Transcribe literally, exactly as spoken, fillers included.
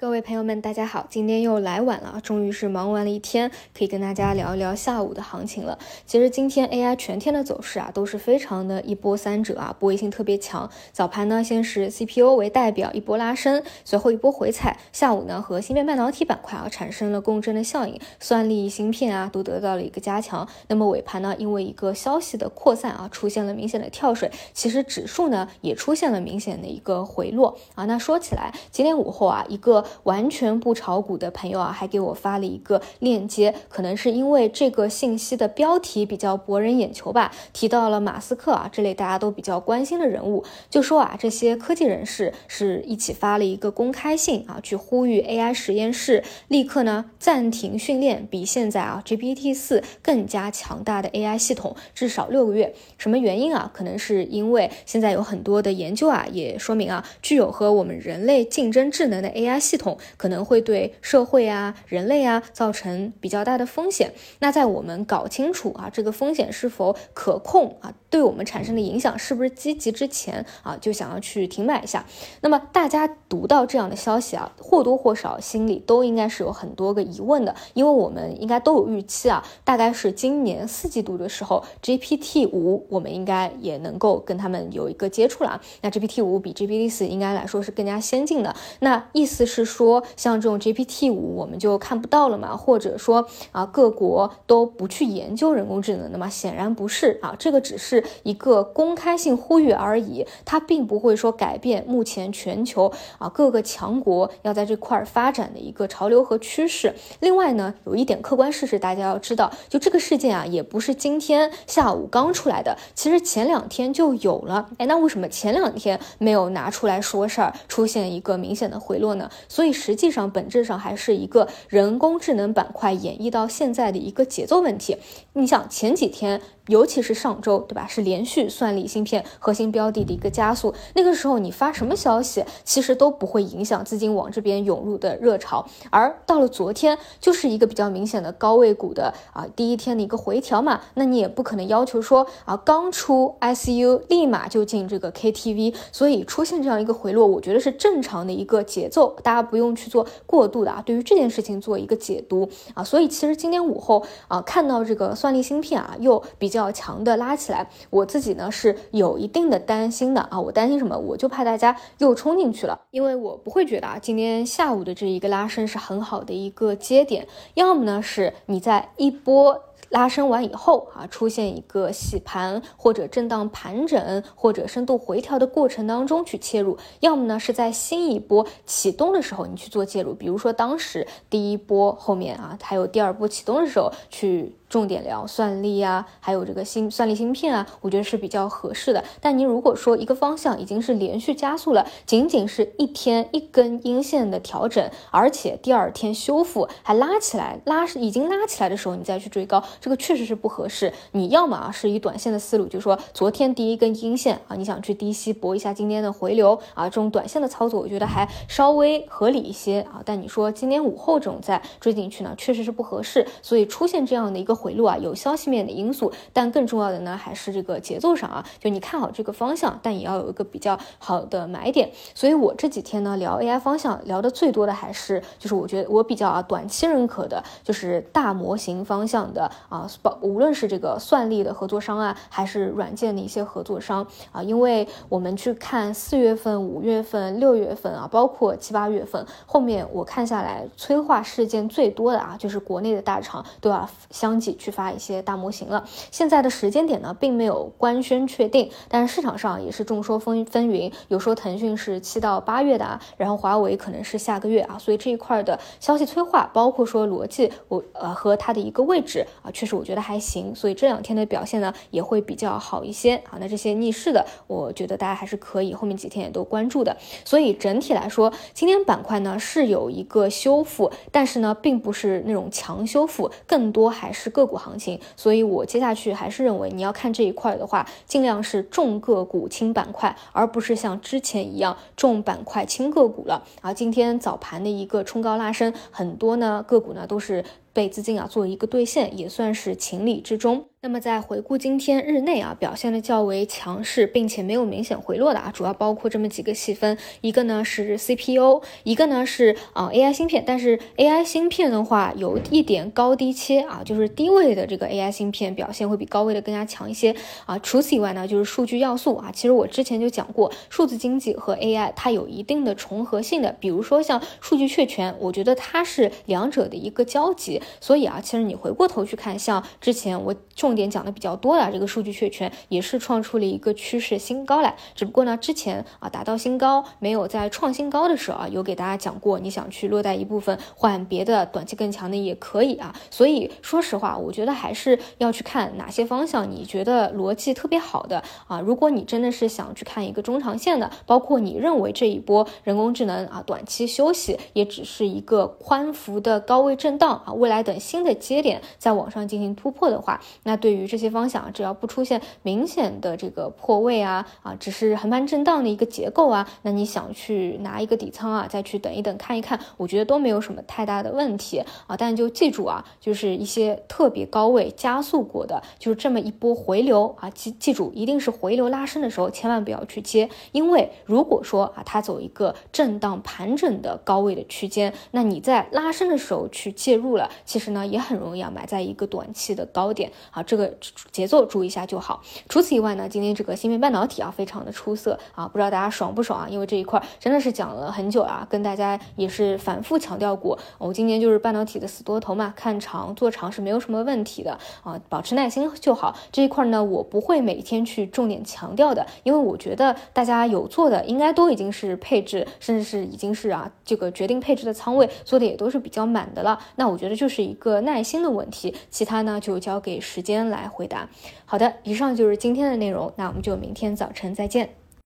各位朋友们大家好，今天又来晚了，终于是忙完了一天，可以跟大家聊一聊下午的行情了。其实今天 A I 全天的走势啊都是非常的一波三折啊，博弈性特别强。早盘呢先是 C P U 为代表一波拉升，随后一波回踩，下午呢和芯片半导体板块啊产生了共振的效应，算力芯片啊都得到了一个加强。那么尾盘呢因为一个消息的扩散啊出现了明显的跳水，其实指数呢也出现了明显的一个回落啊。那说起来今天午后啊一个完全不炒股的朋友啊还给我发了一个链接，可能是因为这个信息的标题比较博人眼球吧，提到了马斯克啊这类大家都比较关心的人物，就说啊这些科技人士是一起发了一个公开信啊，去呼吁 A I 实验室立刻呢暂停训练比现在啊 G P T 四 更加强大的 A I 系统至少六个月。什么原因啊？可能是因为现在有很多的研究啊也说明啊具有和我们人类竞争智能的 A I 系统可能会对社会啊人类啊造成比较大的风险。那在我们搞清楚啊这个风险是否可控啊对我们产生的影响是不是积极之前啊就想要去停买一下。那么大家读到这样的消息啊或多或少心里都应该是有很多个疑问的，因为我们应该都有预期啊，大概是今年四季度的时候 G P T 五 我们应该也能够跟他们有一个接触了。那 G P T 五 比 G P T 四 应该来说是更加先进的，那意思是说像这种 G P T 五 我们就看不到了嘛，或者说啊各国都不去研究人工智能的嘛？显然不是啊，这个只是一个公开性呼吁而已，它并不会说改变目前全球啊各个强国要在这块发展的一个潮流和趋势。另外呢，有一点客观事实大家要知道，就这个事件啊也不是今天下午刚出来的，其实前两天就有了。哎，那为什么前两天没有拿出来说事儿，出现一个明显的回落呢？所以实际上本质上还是一个人工智能板块演绎到现在的一个节奏问题。你想前几天尤其是上周对吧，是连续算力芯片核心标的的一个加速，那个时候你发什么消息其实都不会影响资金往这边涌入的热潮，而到了昨天就是一个比较明显的高位股的啊第一天的一个回调嘛，那你也不可能要求说啊刚出 I C U 立马就进这个 K T V， 所以出现这样一个回落我觉得是正常的一个节奏，大家不用去做过度的啊对于这件事情做一个解读啊。所以其实今天午后啊看到这个算力芯片啊又比较强的拉起来，我自己呢是有一定的担心的啊。我担心什么？我就怕大家又冲进去了，因为我不会觉得啊今天下午的这一个拉升是很好的一个接点，要么呢是你在一波拉升完以后啊，出现一个洗盘或者震荡盘整或者深度回调的过程当中去切入，要么呢是在新一波启动的时候你去做介入，比如说当时第一波后面啊还有第二波启动的时候去重点聊算力啊还有这个新算力芯片啊，我觉得是比较合适的。但你如果说一个方向已经是连续加速了，仅仅是一天一根阴线的调整，而且第二天修复还拉起来拉已经拉起来的时候你再去追高，这个确实是不合适。你要么啊是以短线的思路，就是说昨天第一根阴线啊你想去低吸搏一下今天的回流啊，这种短线的操作我觉得还稍微合理一些啊。但你说今天午后这种再追进去呢确实是不合适，所以出现这样的一个回路啊有消息面的因素，但更重要的呢还是这个节奏上啊，就你看好这个方向但也要有一个比较好的买点。所以我这几天呢聊 A I 方向聊的最多的还是就是我觉得我比较啊短期认可的就是大模型方向的啊，无论是这个算力的合作商啊还是软件的一些合作商啊，因为我们去看四月份五月份六月份啊包括七八月份后面我看下来催化事件最多的啊就是国内的大厂都要相继去发一些大模型了。现在的时间点呢并没有官宣确定，但是市场上也是众说纷纷纭，有说腾讯是七到八月的啊，然后华为可能是下个月啊，所以这一块的消息催化包括说逻辑我呃和它的一个位置啊确实我觉得还行，所以这两天的表现呢也会比较好一些啊。那这些逆势的我觉得大家还是可以后面几天也都关注的。所以整体来说今天板块呢是有一个修复，但是呢并不是那种强修复，更多还是个股行情，所以我接下去还是认为你要看这一块的话尽量是重个股轻板块，而不是像之前一样重板块轻个股了啊。今天早盘的一个冲高拉升，很多呢个股呢都是被资金啊做一个兑现，也算是情理之中。 那么在回顾今天日内啊，表现的较为强势，并且没有明显回落的啊，主要包括这么几个细分，一个呢是 C P U， 一个呢是啊、呃、A I 芯片，但是 A I 芯片的话有一点高低切啊，就是低位的这个 A I 芯片表现会比高位的更加强一些啊。除此以外呢，就是数据要素啊，其实我之前就讲过，数字经济和 A I 它有一定的重合性的，比如说像数据确权，我觉得它是两者的一个交集，所以啊，其实你回过头去看，像之前我重点讲的比较多的这个数据确权也是创出了一个趋势新高来，只不过呢之前啊达到新高没有在创新高的时候啊，有给大家讲过，你想去落袋一部分换别的短期更强的也可以啊。所以说实话，我觉得还是要去看哪些方向你觉得逻辑特别好的啊。如果你真的是想去看一个中长线的，包括你认为这一波人工智能啊短期休息也只是一个宽幅的高位震荡啊，未来等新的节点在往上进行突破的话，那对于这些方向只要不出现明显的这个破位啊啊，只是横盘震荡的一个结构啊，那你想去拿一个底仓啊，再去等一等看一看，我觉得都没有什么太大的问题啊。但就记住啊，就是一些特别高位加速过的，就是这么一波回流啊，记记住一定是回流拉升的时候千万不要去接，因为如果说啊它走一个震荡盘整的高位的区间，那你在拉升的时候去介入了，其实呢也很容易啊买在一个短期的高点啊，这个节奏注意一下就好。除此以外呢，今天这个芯片半导体啊非常的出色啊，不知道大家爽不爽啊？因为这一块真的是讲了很久啊，跟大家也是反复强调过，我、哦、今年就是半导体的死多头嘛，看长做长是没有什么问题的啊，保持耐心就好。这一块呢，我不会每天去重点强调的，因为我觉得大家有做的应该都已经是配置，甚至是已经是啊这个决定配置的仓位做的也都是比较满的了。那我觉得就是一个耐心的问题，其他呢就交给时间来回答。好的，以上就是今天的内容，那我们就明天早晨再见。